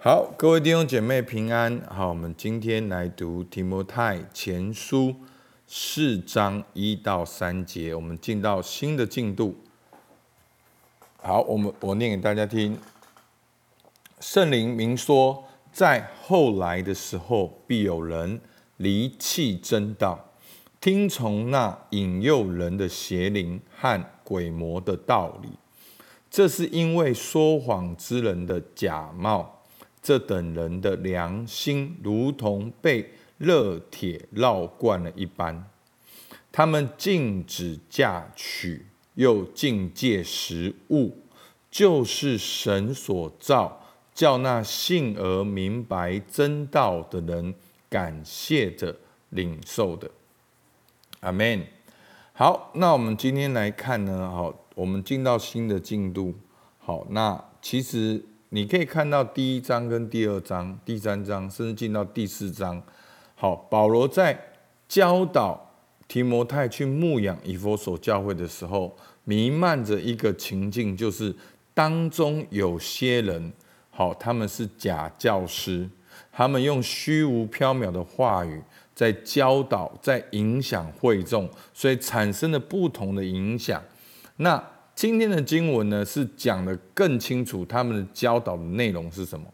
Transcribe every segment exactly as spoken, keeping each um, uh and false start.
好，各位弟兄姐妹平安。好，我们今天来读提摩太前书四章一到三节，我们进到新的进度。好，我们我念给大家听。圣灵明说，在后来的时候，必有人离弃真道，听从那引诱人的邪灵和鬼魔的道理。这是因为说谎之人的假冒，这等人的良心如同被热铁烙惯了一般。他们禁止嫁娶，又禁戒食物，就是神所造，叫那信而明白真道的人感谢着领受的。阿们。好，那我们今天来看呢，好，我们进到新的进度。好，那其实你可以看到第一章跟第二章、第三章，甚至进到第四章。好，保罗在教导提摩太去牧养以弗所教会的时候，弥漫着一个情境，就是当中有些人，好，他们是假教师，他们用虚无缥缈的话语在教导，在影响会众，所以产生了不同的影响。那今天的经文呢，是讲得更清楚他们的教导的内容是什么。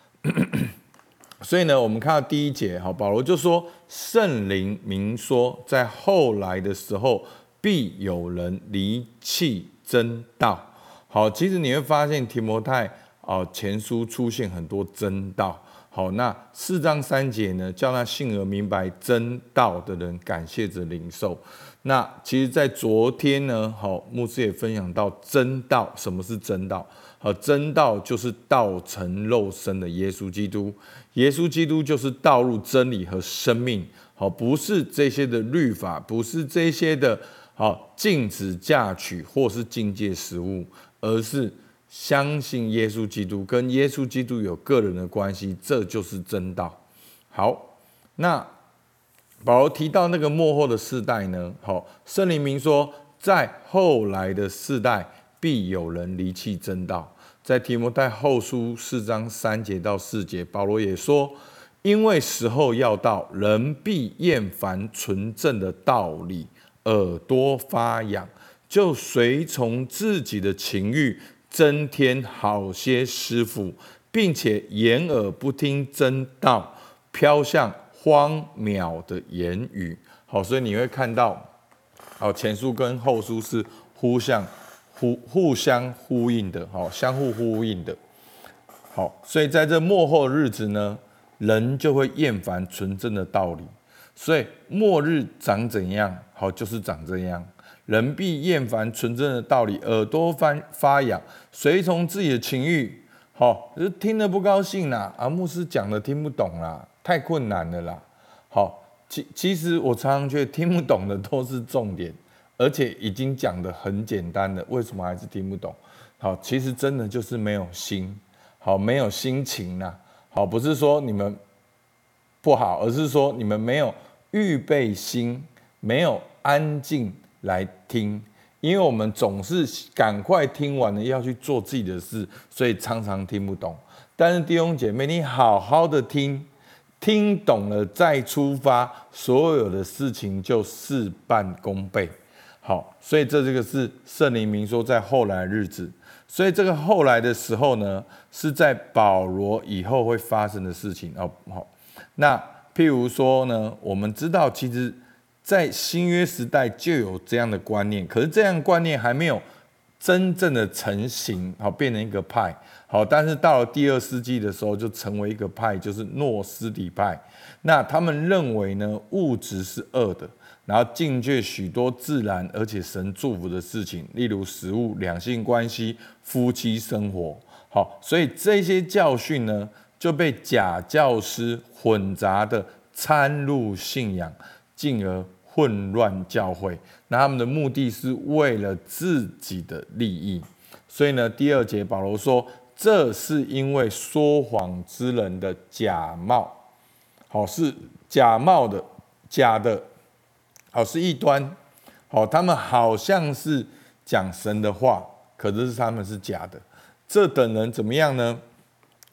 所以呢，我们看到第一节，好，保罗就说：圣灵明说，在后来的时候，必有人离弃真道。好，其实你会发现提摩太哦前书出现很多真道。好，那四章三节呢，叫那信而明白真道的人感谢着领受。那其实，在昨天呢，好，牧师也分享到真道，什么是真道？好，真道就是道成肉身的耶稣基督，耶稣基督就是道路、真理和生命。好，不是这些的律法，不是这些的好禁止嫁娶或是禁戒食物，而是相信耶稣基督，跟耶稣基督有个人的关系，这就是真道。好，那保罗提到那个末后的世代呢，好，圣灵明说，在后来的世代必有人离弃真道。在提摩太后书四章三节到四节，保罗也说，因为时候要到，人必厌烦纯正的道理，耳朵发痒，就随从自己的情欲，增添好些师傅，并且掩耳不听真道，飘向荒渺的言语。好，所以你会看到，好，前书跟后书是互相互互相呼应的，好，相互呼应的。好，所以在这末后的日子呢，人就会厌烦纯正的道理。所以末日长怎样，好，就是长这样。人必厌烦纯正的道理，耳朵发痒，随从自己的情欲。好，就听得不高兴啦，啊，牧师讲的听不懂啦，太困难了啦。好，其其实我常常觉得听不懂的都是重点，而且已经讲得很简单了，为什么还是听不懂？好，其实真的就是没有心，好，没有心情啦。好，不是说你们不好，而是说你们没有预备心，没有安静来听。因为我们总是赶快听完了要去做自己的事，所以常常听不懂。但是弟兄姐妹，你好好的听，听懂了再出发，所有的事情就事半功倍。好，所以这这个是圣灵明说在后来的日子，所以这个后来的时候呢，是在保罗以后会发生的事情哦。好，那譬如说呢，我们知道其实在新约时代就有这样的观念，可是这样的观念还没有真正的成型，好，变成一个派。好，但是到了第二世纪的时候，就成为一个派，就是诺斯底派。那他们认为呢，物质是恶的，然后禁绝许多自然而且神祝福的事情，例如食物、两性关系、夫妻生活。好，所以这些教训呢，就被假教师混杂的掺入信仰，进而混乱教会。那他们的目的是为了自己的利益。所以呢，第二节保罗说，这是因为说谎之人的假冒，好，是假冒的、假的，好，是异端，好，他们好像是讲神的话，可是他们是假的。这等人怎么样呢？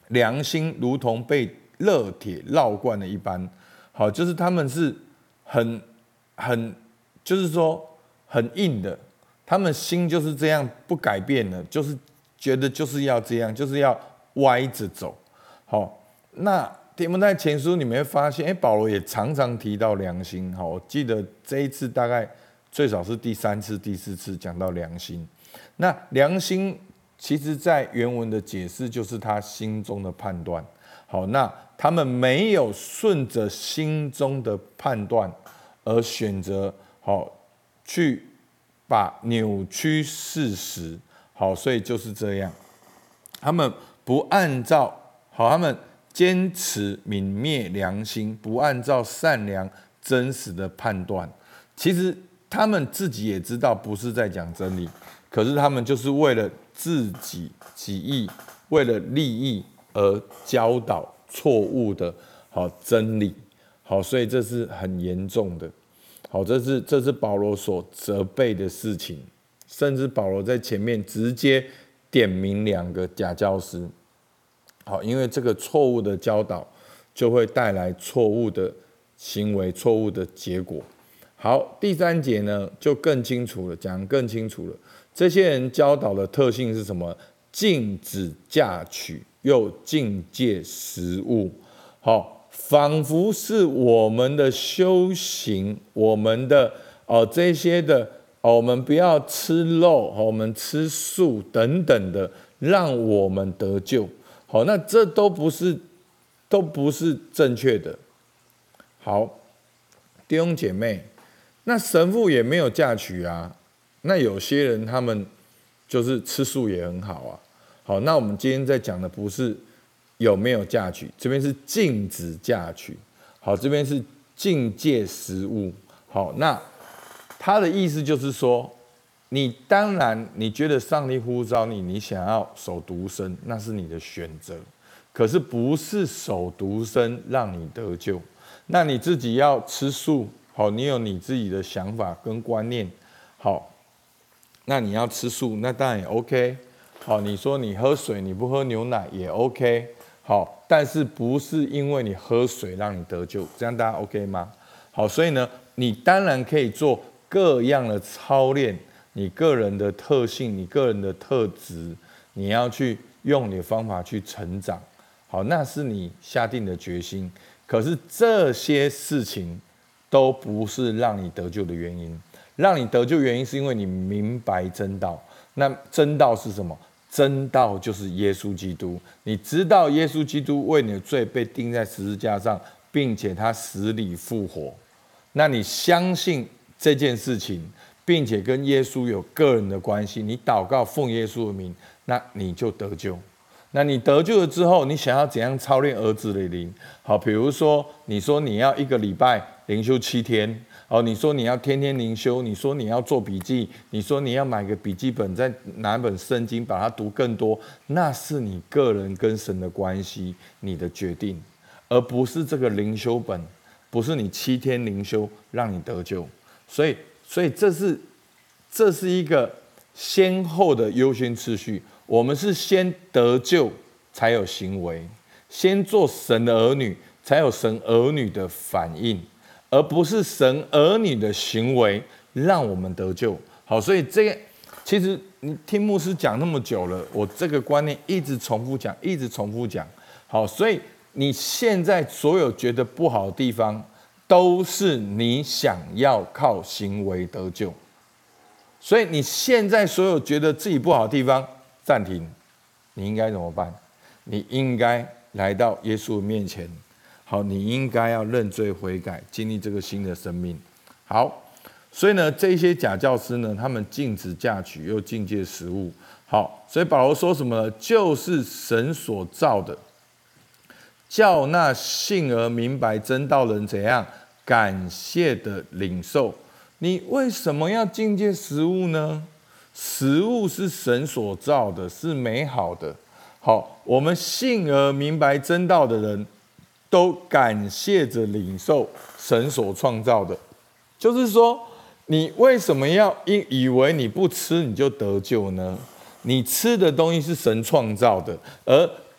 良心如同被热铁烙惯了一般。好，就是他们是很很，就是说很硬的，他们心就是这样不改变的，就是觉得就是要这样，就是要歪着走。好，那提摩太前书你们会发现，哎，保罗也常常提到良心。好，我记得这一次大概最少是第三次、第四次讲到良心。那良心其实在原文的解释就是他心中的判断。好，那他们没有顺着心中的判断而选择好去把扭曲事实。好，所以就是这样，他们不按照好，他们坚持泯灭良心，不按照善良真实的判断。其实他们自己也知道不是在讲真理，可是他们就是为了自己己意，为了利益而教导错误的好真理。好，所以这是很严重的。好，这是这是保罗所责备的事情，甚至保罗在前面直接点名两个假教师。好，因为这个错误的教导就会带来错误的行为、错误的结果。好，第三节呢就更清楚了，讲更清楚了。这些人教导的特性是什么？禁止嫁娶，又禁戒食物。好，仿佛是我们的修行，我们的哦这些的哦，我们不要吃肉，我们吃素等等的，让我们得救。好，那这都不是都不是正确的。好，弟兄姐妹，那神父也没有嫁娶啊。那有些人他们就是吃素也很好啊。好，那我们今天在讲的不是有没有嫁娶，这边是禁止嫁娶。好，这边是禁戒食物。好，那他的意思就是说，你当然你觉得上帝呼召你，你想要守独身，那是你的选择。可是不是守独身让你得救，那你自己要吃素，好，你有你自己的想法跟观念，好，那你要吃素，那当然也 OK。好，你说你喝水，你不喝牛奶也 OK。好，但是不是因为你喝水让你得救，这样大家 OK 吗？好，所以呢，你当然可以做各样的操练，你个人的特性，你个人的特质，你要去用你的方法去成长。好，那是你下定的决心。可是这些事情都不是让你得救的原因。让你得救原因是因为你明白真道。那真道是什么？真道就是耶稣基督。你知道耶稣基督为你的罪被钉在十字架上，并且他死里复活。那你相信这件事情，并且跟耶稣有个人的关系，你祷告奉耶稣的名，那你就得救。那你得救了之后，你想要怎样操练儿子的灵？好，比如说你说你要一个礼拜灵修七天，哦，你说你要天天灵修，你说你要做笔记，你说你要买个笔记本，再拿一本圣经把它读更多，那是你个人跟神的关系，你的决定，而不是这个灵修本，不是你七天灵修让你得救。所以，所以这是这是一个先后的优先次序。我们是先得救才有行为，先做神的儿女才有神儿女的反应，而不是神儿女的行为让我们得救。好，所以这个其实你听牧师讲那么久了，我这个观念一直重复讲，一直重复讲。好，所以你现在所有觉得不好的地方，都是你想要靠行为得救。所以你现在所有觉得自己不好的地方，暂停，你应该怎么办？你应该来到耶稣的面前。好，你应该要认罪悔改，经历这个新的生命。好，所以呢，这些假教师呢，他们禁止嫁娶，又禁戒食物。好，所以保罗说什么呢？就是神所造的，叫那信而明白真道的人怎样感谢的领受。你为什么要禁戒食物呢？食物是神所造的，是美好的。好，我们信而明白真道的人，都感谢着领受神所创造的。就是说，你为什么要以为你不吃你就得救呢？你吃的东西是神创造的，而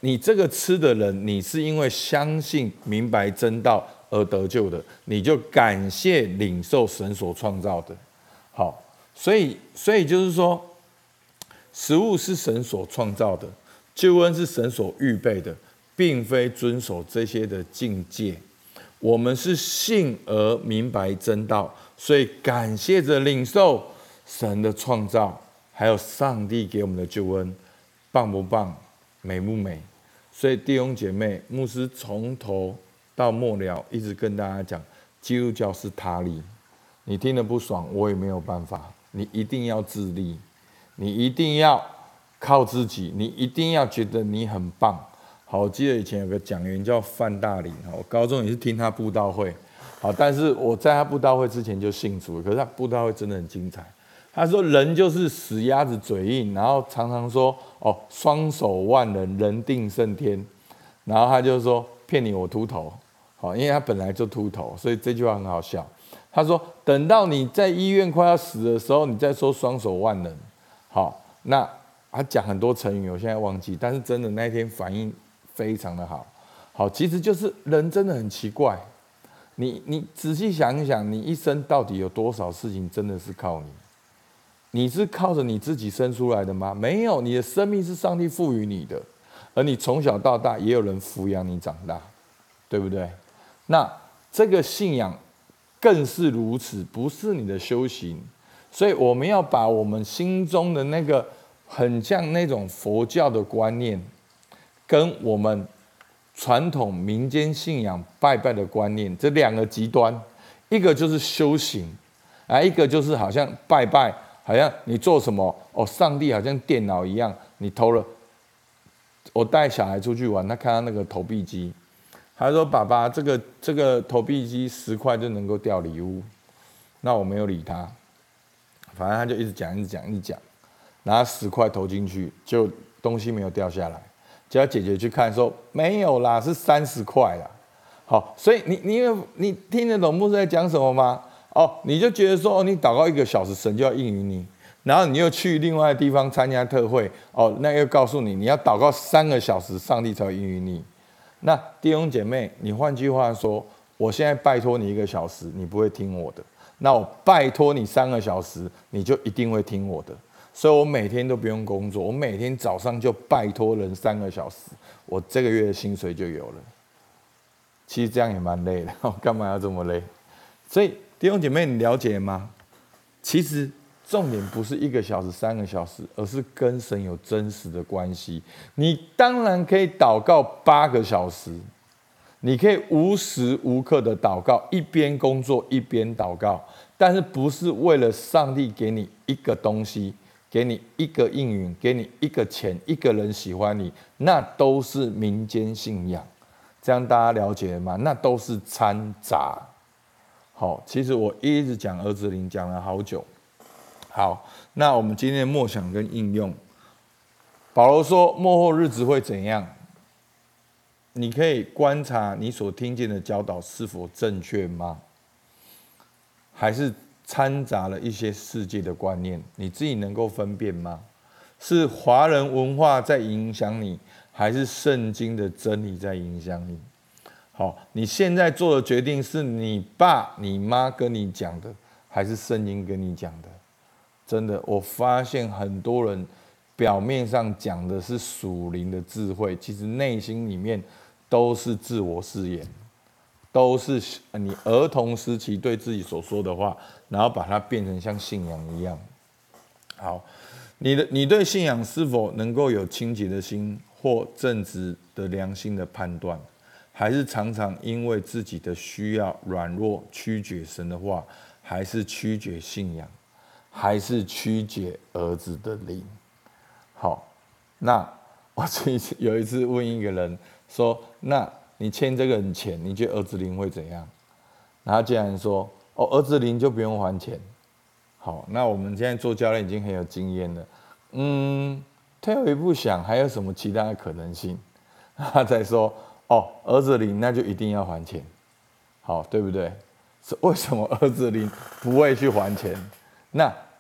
你这个吃的人，你是因为相信明白真道而得救的，你就感谢领受神所创造的。好，所以所以就是说，食物是神所创造的，救恩是神所预备的，并非遵守这些的境界。我们是信而明白真道，所以感谢着领受神的创造，还有上帝给我们的救恩，棒不棒？美不美？所以弟兄姐妹，牧师从头到末了一直跟大家讲，基督教是他力。你听得不爽，我也没有办法。你一定要自立，你一定要靠自己，你一定要觉得你很棒。好，我记得以前有个讲员叫范大林，我高中也是听他布道会。好，但是我在他布道会之前就信主了，可是他布道会真的很精彩。他说人就是死鸭子嘴硬，然后常常说哦双手万能，人定胜天。然后他就说骗你我秃头，好，因为他本来就秃头，所以这句话很好笑。他说等到你在医院快要死的时候，你再说双手万能。好，那他讲很多成语，我现在忘记，但是真的那一天反应非常的好。好，其实就是人真的很奇怪，你你仔细想一想，你一生到底有多少事情真的是靠你？你是靠着你自己生出来的吗？没有，你的生命是上帝赋予你的，而你从小到大也有人抚养你长大，对不对？那这个信仰更是如此，不是你的修行。所以我们要把我们心中的那个很像那种佛教的观念，跟我们传统民间信仰拜拜的观念，这两个极端，一个就是修行啊，一个就是好像拜拜，好像你做什么哦，上帝好像电脑一样，你投了。我带小孩出去玩，他看到那个投币机，他说：“爸爸，这个这个投币机十块就能够掉礼物。”那我没有理他，反正他就一直讲，一直讲，一直讲，拿十块投进去，就东西没有掉下来。结果姐姐去看说：“没有啦，是三十块啦。”好，所以你你你听得懂牧师在讲什么吗？哦，你就觉得说，哦，你祷告一个小时，神就要应允你。然后你又去另外的地方参加特会，哦，那又告诉你，你要祷告三个小时，上帝才会应允你。那弟兄姐妹，你换句话说，我现在拜托你一个小时，你不会听我的，那我拜托你三个小时，你就一定会听我的。所以我每天都不用工作，我每天早上就拜托人三个小时，我这个月的薪水就有了。其实这样也蛮累的，干嘛要这么累？所以弟兄姐妹，你了解吗？其实重点不是一个小时、三个小时，而是跟神有真实的关系。你当然可以祷告八个小时，你可以无时无刻的祷告，一边工作一边祷告，但是不是为了上帝给你一个东西，给你一个应允，给你一个钱，一个人喜欢你，那都是民间信仰。这样大家了解了吗？那都是掺杂。好，其实我一直讲儿子灵，讲了好久。好，那我们今天的默想跟应用，保罗说末后日子会怎样？你可以观察你所听见的教导是否正确吗？还是掺杂了一些世界的观念？你自己能够分辨吗？是华人文化在影响你，还是圣经的真理在影响你？好，你现在做的决定是你爸你妈跟你讲的，还是圣经跟你讲的？真的，我发现很多人表面上讲的是属灵的智慧，其实内心里面都是自我誓言，都是你儿童时期对自己所说的话，然后把它变成像信仰一样。好，你的你对信仰是否能够有清洁的心或正直的良心的判断？还是常常因为自己的需要软弱曲解神的话，还是曲解信仰，还是曲解儿子的灵？好，那我有一次问一个人说：“那你欠这个人钱，你觉得儿子灵会怎样？”然后竟然说：“哦，儿子灵就不用还钱。”好，那我们现在做教练已经很有经验了。嗯，退后一步想，还有什么其他的可能性？他才说。哦，儿子灵那就一定要还钱，好，对不对？是为什么儿子灵不会去还钱？那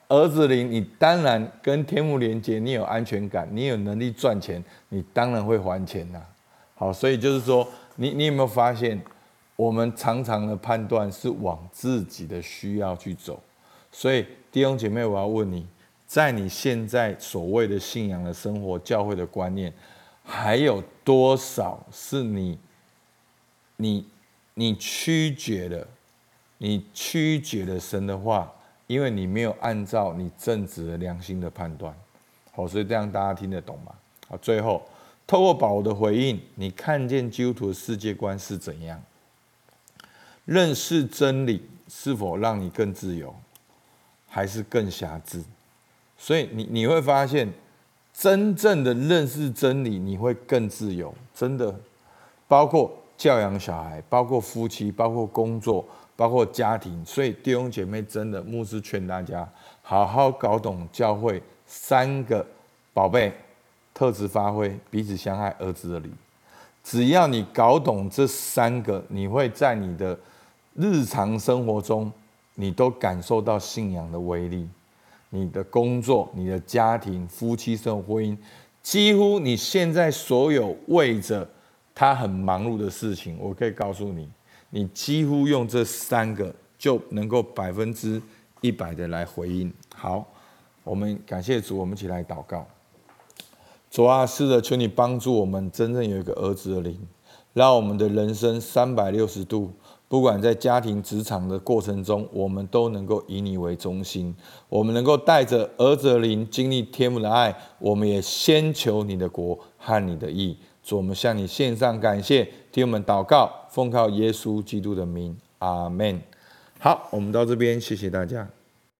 儿子灵，你当然跟天父连接，你有安全感，你有能力赚钱，你当然会还钱呐、好，所以就是说，你你有没有发现，我们常常的判断是往自己的需要去走。所以弟兄姐妹，我要问你，在你现在所谓的信仰的生活、教会的观念，还有多少是你你你曲解了，你曲解了神的话？因为你没有按照你正直的良心的判断，好，所以这样大家听得懂吗？好，最后透过保罗的回应，你看见基督徒的世界观是怎样？认识真理是否让你更自由，还是更辖制？所以你你会发现，真正的认识真理，你会更自由，真的，包括教养小孩，包括夫妻，包括工作。包括家庭，所以弟兄姐妹，真的，牧师劝大家好好搞懂教会三个宝贝特质发挥，彼此相爱，儿子的理。只要你搞懂这三个，你会在你的日常生活中，你都感受到信仰的威力。你的工作、你的家庭、夫妻生活、婚姻，几乎你现在所有为着他很忙碌的事情，我可以告诉你。你几乎用这三个就能够百分之一百的来回应。好，我们感谢主，我们一起来祷告。主啊，是的，求你帮助我们真正有一个儿子的灵，让我们的人生三百六十度，不管在家庭、职场的过程中，我们都能够以你为中心。我们能够带着儿子的灵，经历天父的爱，我们也先求你的国和你的义。主，我们向你献上感谢，听我们祷告，奉靠耶稣基督的名，阿们。好，我们到这边，谢谢大家。